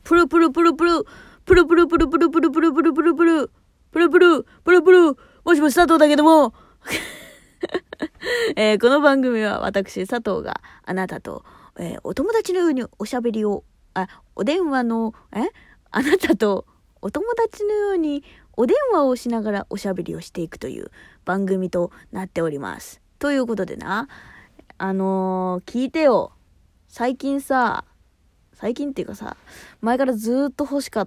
プルプルプルプルプルプルプルプルプルプルプルプルプルプルプルプルプル、もしもし佐藤だけどもこの番組は私佐藤があなたと、お友達のようにおしゃべりをお電話のあなたとお友達のようにお電話をしながらおしゃべりをしていくという番組となっております。ということでな、聞いてよ。最近っていうかさ、前からずっと欲しかった、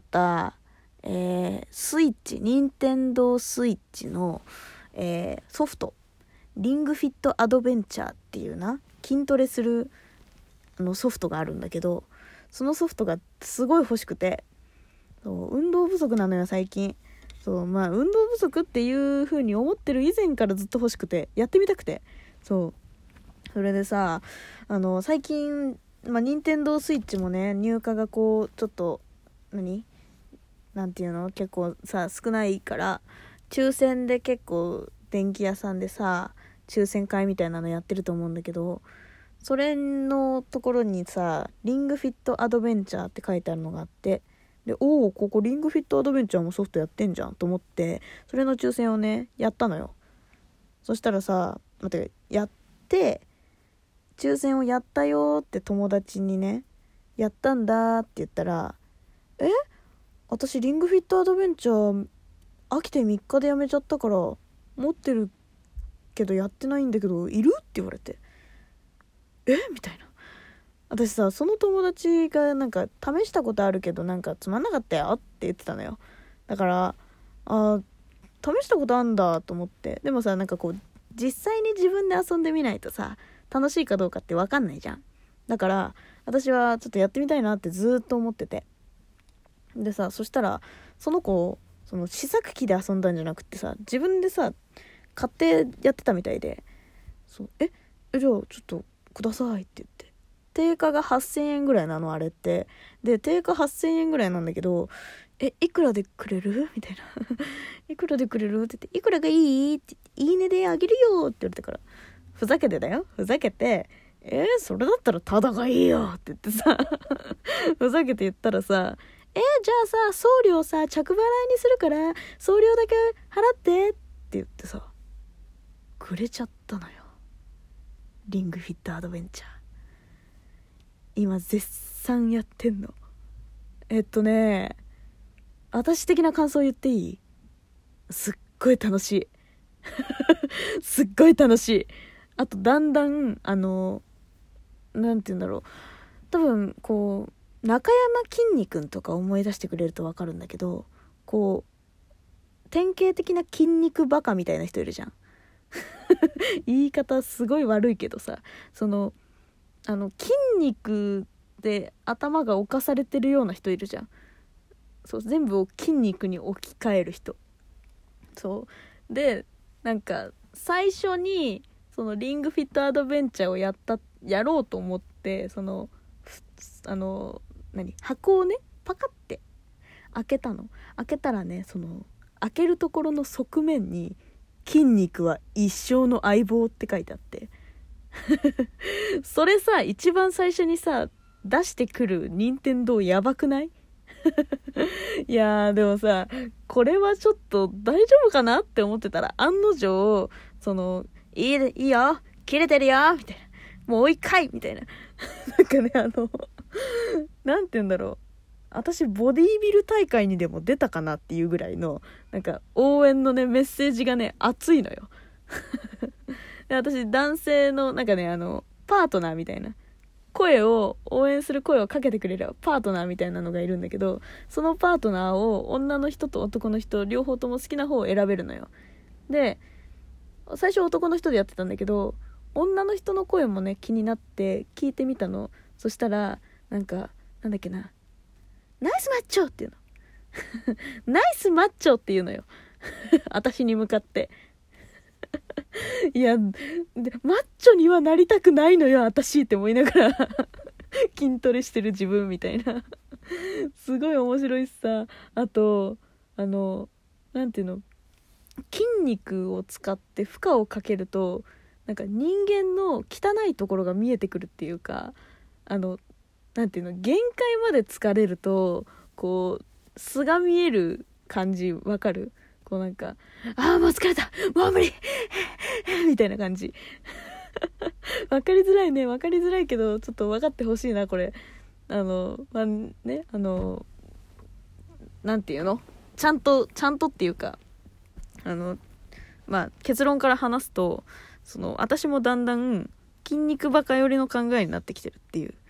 スイッチ、任天堂スイッチの、ソフト、リングフィットアドベンチャーっていうな、筋トレするソフトがあるんだけど、そのソフトがすごい欲しくて、運動不足なのよ最近。運動不足っていう風に思ってる以前からずっと欲しくて、やってみたくて、それでさ、最近任天堂スイッチもね、入荷がこうちょっとなんていうの、結構さ少ないから、抽選で結構電気屋さんでさ抽選会みたいなのやってると思うんだけど、それのところにさ、リングフィットアドベンチャーって書いてあるのがあって、で、ここリングフィットアドベンチャーもソフトやってんじゃんと思って、それの抽選をねやったのよ。そしたらさ、やって抽選をやったよって友達にね、やったんだって言ったら、私リングフィットアドベンチャー飽きて3日でやめちゃったから持ってるけどやってないんだけどいるって言われて、みたいな。私さ、その友達がなんか試したことあるけどなんかつまんなかったよって言ってたのよ。だから試したことあんだと思って。でもさ、なんかこう実際に自分で遊んでみないとさ、楽しいかどうかって分かんないじゃん。だから私はちょっとやってみたいなってずっと思ってて、でさ、そしたらその子、その試作機で遊んだんじゃなくてさ、自分でさ買ってやってたみたいで、じゃあちょっとくださいって言って、定価が8000円ぐらいなのあれって。で、定価8000円ぐらいなんだけど、いくらでくれるみたいないくらでくれるって言って、いくらがいいって言って、いいねであげるよって言われたから、ふざけてそれだったらタダがいいよって言ってさふざけて言ったらさ、じゃあさ、送料さ着払いにするから送料だけ払ってって言ってさ、くれちゃったのよ、リングフィットアドベンチャー。今絶賛やってんの。私的な感想言っていい？すっごい楽しいすっごい楽しい。あとだんだんなんて言うんだろう、多分こう中山きんに君とか思い出してくれると分かるんだけど、こう典型的な筋肉バカみたいな人いるじゃん言い方すごい悪いけどさ、その筋肉で頭が侵されてるような人いるじゃん。全部を筋肉に置き換える人。で、なんか最初にそのリングフィットアドベンチャーをやろうと思って、箱をねパカって開けたらね、その開けるところの側面に筋肉は一生の相棒って書いてあってそれさ、一番最初にさ出してくる任天堂やばくないいやー、でもさ、これはちょっと大丈夫かなって思ってたら、案の定いいよ切れてるよみたいな、もう一回みたいななんかね、なんて言うんだろう、私ボディービル大会にでも出たかなっていうぐらいのなんか応援のねメッセージがね熱いのよで、私男性のなんかねパートナーみたいな応援する声をかけてくれるパートナーみたいなのがいるんだけど、そのパートナーを女の人と男の人両方とも好きな方を選べるのよ。で、最初男の人でやってたんだけど、女の人の声もね気になって聞いてみたの。そしたらなんだっけな、ナイスマッチョっていうのナイスマッチョっていうのよ私に向かっていやで、マッチョにはなりたくないのよ私って思いながら筋トレしてる自分みたいなすごい面白いしさ。あとなんていうの、筋肉を使って負荷をかけるとなんか人間の汚いところが見えてくるっていうか、 なんていうの、限界まで疲れるとこう素が見える感じわかる？こうなんか、ああもう疲れた、もう無理みたいな感じわかりづらいね、わかりづらいけどちょっと分かってほしいなこれ。まあね、なんていうの、ちゃんとっていうか、まあ結論から話すと、その私もだんだん筋肉バカ寄りの考えになってきてるっていう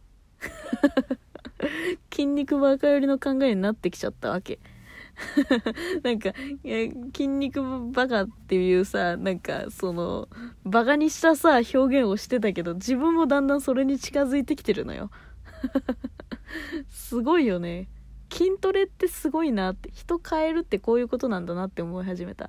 筋肉バカ寄りの考えになってきちゃったわけなんか筋肉バカっていうさ、なんかそのバカにしたさ表現をしてたけど、自分もだんだんそれに近づいてきてるのよすごいよね。筋トレってすごいなって、人変えるってこういうことなんだなって思い始めた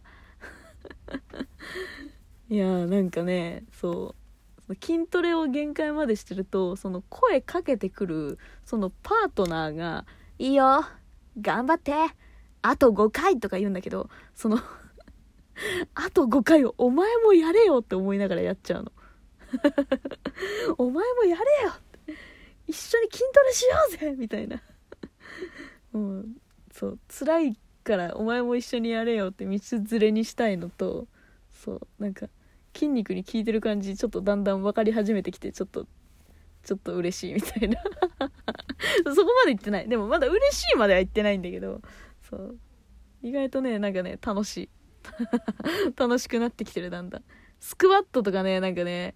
いやーなんかね、そう筋トレを限界までしてると、その声かけてくるそのパートナーが、いいよ頑張ってあと5回とか言うんだけど、そのあと5回をお前もやれよって思いながらやっちゃうのお前もやれよって、一緒に筋トレしようぜみたいなもうそう辛いからお前も一緒にやれよって道連れにしたいのと、そうなんか筋肉に効いてる感じちょっとだんだん分かり始めてきて、ちょっと嬉しいみたいなそこまで言ってない、でもまだ嬉しいまでは言ってないんだけど、そう意外とねなんかね楽しい楽しくなってきてる。だんだんスクワットとかね、なんかね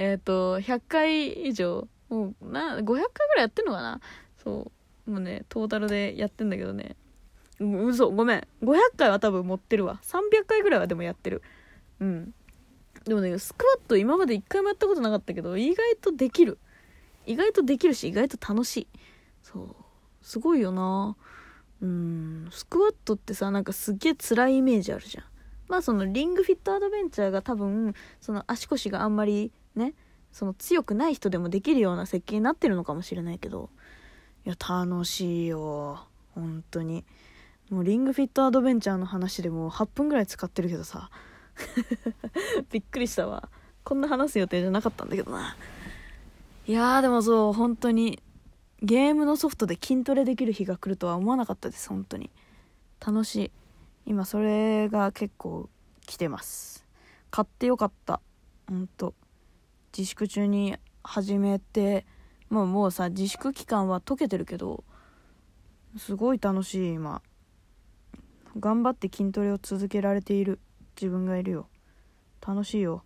100回以上もう500回ぐらいやってんのかな。そうもうねトータルでやってんだけどね、嘘ごめん、500回は多分持ってるわ。300回ぐらいはでもやってる。でもねスクワット今まで1回もやったことなかったけど、意外とできるし、意外と楽しい。そうすごいよな。スクワットってさ、なんかすっげえ辛いイメージあるじゃん。まあそのリングフィットアドベンチャーが多分その足腰があんまりね、その強くない人でもできるような設計になってるのかもしれないけど、いや楽しいよ本当に。もうリングフィットアドベンチャーの話でもう8分ぐらい使ってるけどさびっくりしたわ。こんな話す予定じゃなかったんだけどな。いやーでもそう本当にゲームのソフトで筋トレできる日が来るとは思わなかったです。本当に楽しい。今それが結構来てます。買ってよかった。本当自粛中に始めて、もうさ自粛期間は解けてるけど、すごい楽しい。今頑張って筋トレを続けられている自分がいるよ。楽しいよ。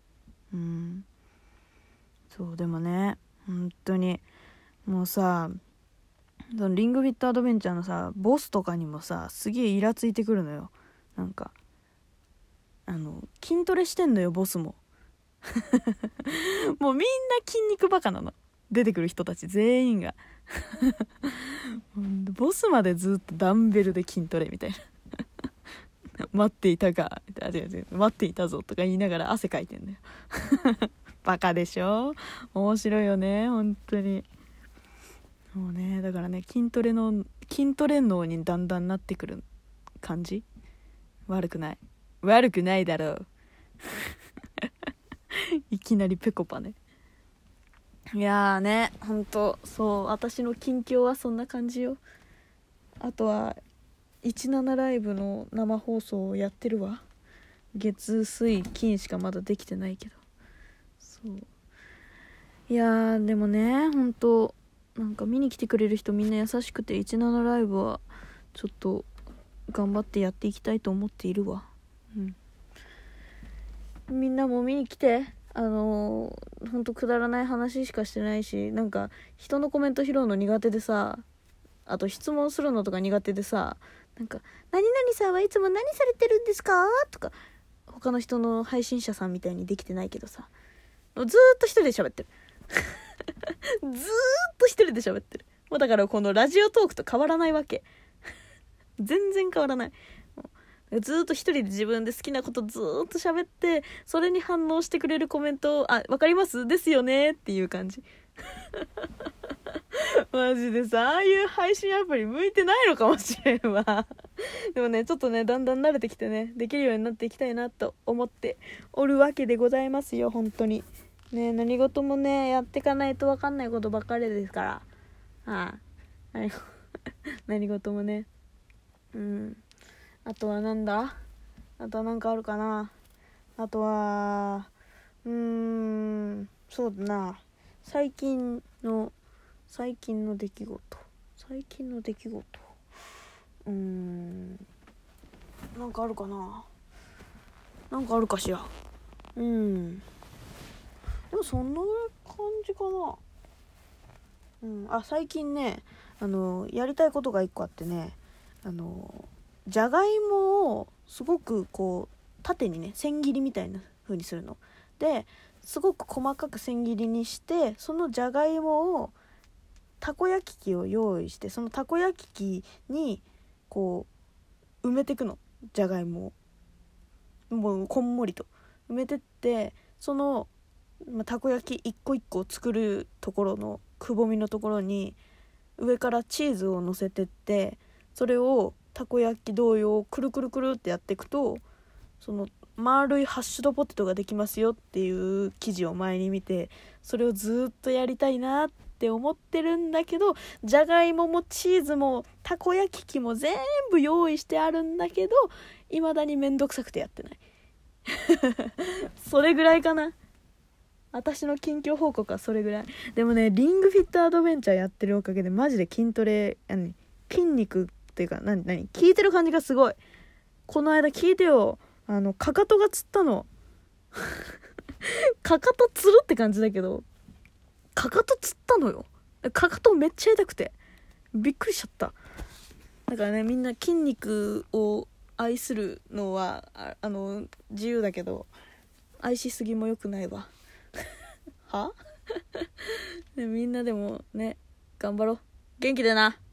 そうでもね本当にもうさ、そのリングフィットアドベンチャーのさボスとかにもさすげえイラついてくるのよ。なんか筋トレしてんのよボスももうみんな筋肉バカなの、出てくる人たち全員がボスまでずっとダンベルで筋トレみたいな待っていたか、違う待っていたぞとか言いながら汗かいてんだよバカでしょ。面白いよね本当に。もうねだからね筋トレ脳にだんだんなってくる感じ。悪くないだろういきなりペコパね。いやーねほんとそう、私の近況はそんな感じよ。あとは17ライブの生放送をやってるわ。月水金しかまだできてないけど。そういやーでもねほんとなんか見に来てくれる人みんな優しくて、17ライブはちょっと頑張ってやっていきたいと思っているわ。みんなも見に来て。ほんとくだらない話しかしてないし、なんか人のコメント拾うの苦手でさ、あと質問するのとか苦手でさ、なんか何々さんはいつも何されてるんですかとか、他の人の配信者さんみたいにできてないけどさ、ずーっと一人で喋ってるずーっと一人で喋ってる。もうだからこのラジオトークと変わらないわけ全然変わらない。ずーっと一人で自分で好きなことずーっと喋って、それに反応してくれるコメントをわかりますですよねっていう感じマジでさ、ああいう配信アプリ向いてないのかもしれんわでもねちょっとねだんだん慣れてきてね、できるようになっていきたいなと思っておるわけでございますよ。本当にね何事もねやっていかないと分かんないことばっかりですからあ何事もね。あとはなんだ、あとはなんかあるかな。あとはそうだな、最近の出来事なんかあるかな、なんかあるかしら。でもそんなぐらい感じかな。最近ね、やりたいことが一個あってね、じゃがいもをすごくこう縦にね、千切りみたいな風にするのですごく細かく千切りにして、そのじゃがいもをたこ焼き器を用意して、そのたこ焼き器にこう埋めていくの、じゃがいもをもうこんもりと埋めてって、その、たこ焼き一個一個作るところのくぼみのところに上からチーズを乗せてって、それをたこ焼き同様くるくるくるってやっていくと、その丸いハッシュドポテトができますよっていう記事を前に見て、それをずっとやりたいなって思ってるんだけど、じゃがいももチーズもたこ焼き器も全部用意してあるんだけど、未だにめんどくさくてやってないそれぐらいかな、私の近況報告はそれぐらい。でもね、リングフィットアドベンチャーやってるおかげでマジで筋トレ、筋肉っていうか効いてる感じがすごい。この間聞いてよ、かかとがつったのかかとつるって感じだけど、かかとつったのよ。かかとめっちゃ痛くてびっくりしちゃった。だからね、みんな筋肉を愛するのは自由だけど、愛しすぎも良くないわはみんなでもね、頑張ろう。元気でな。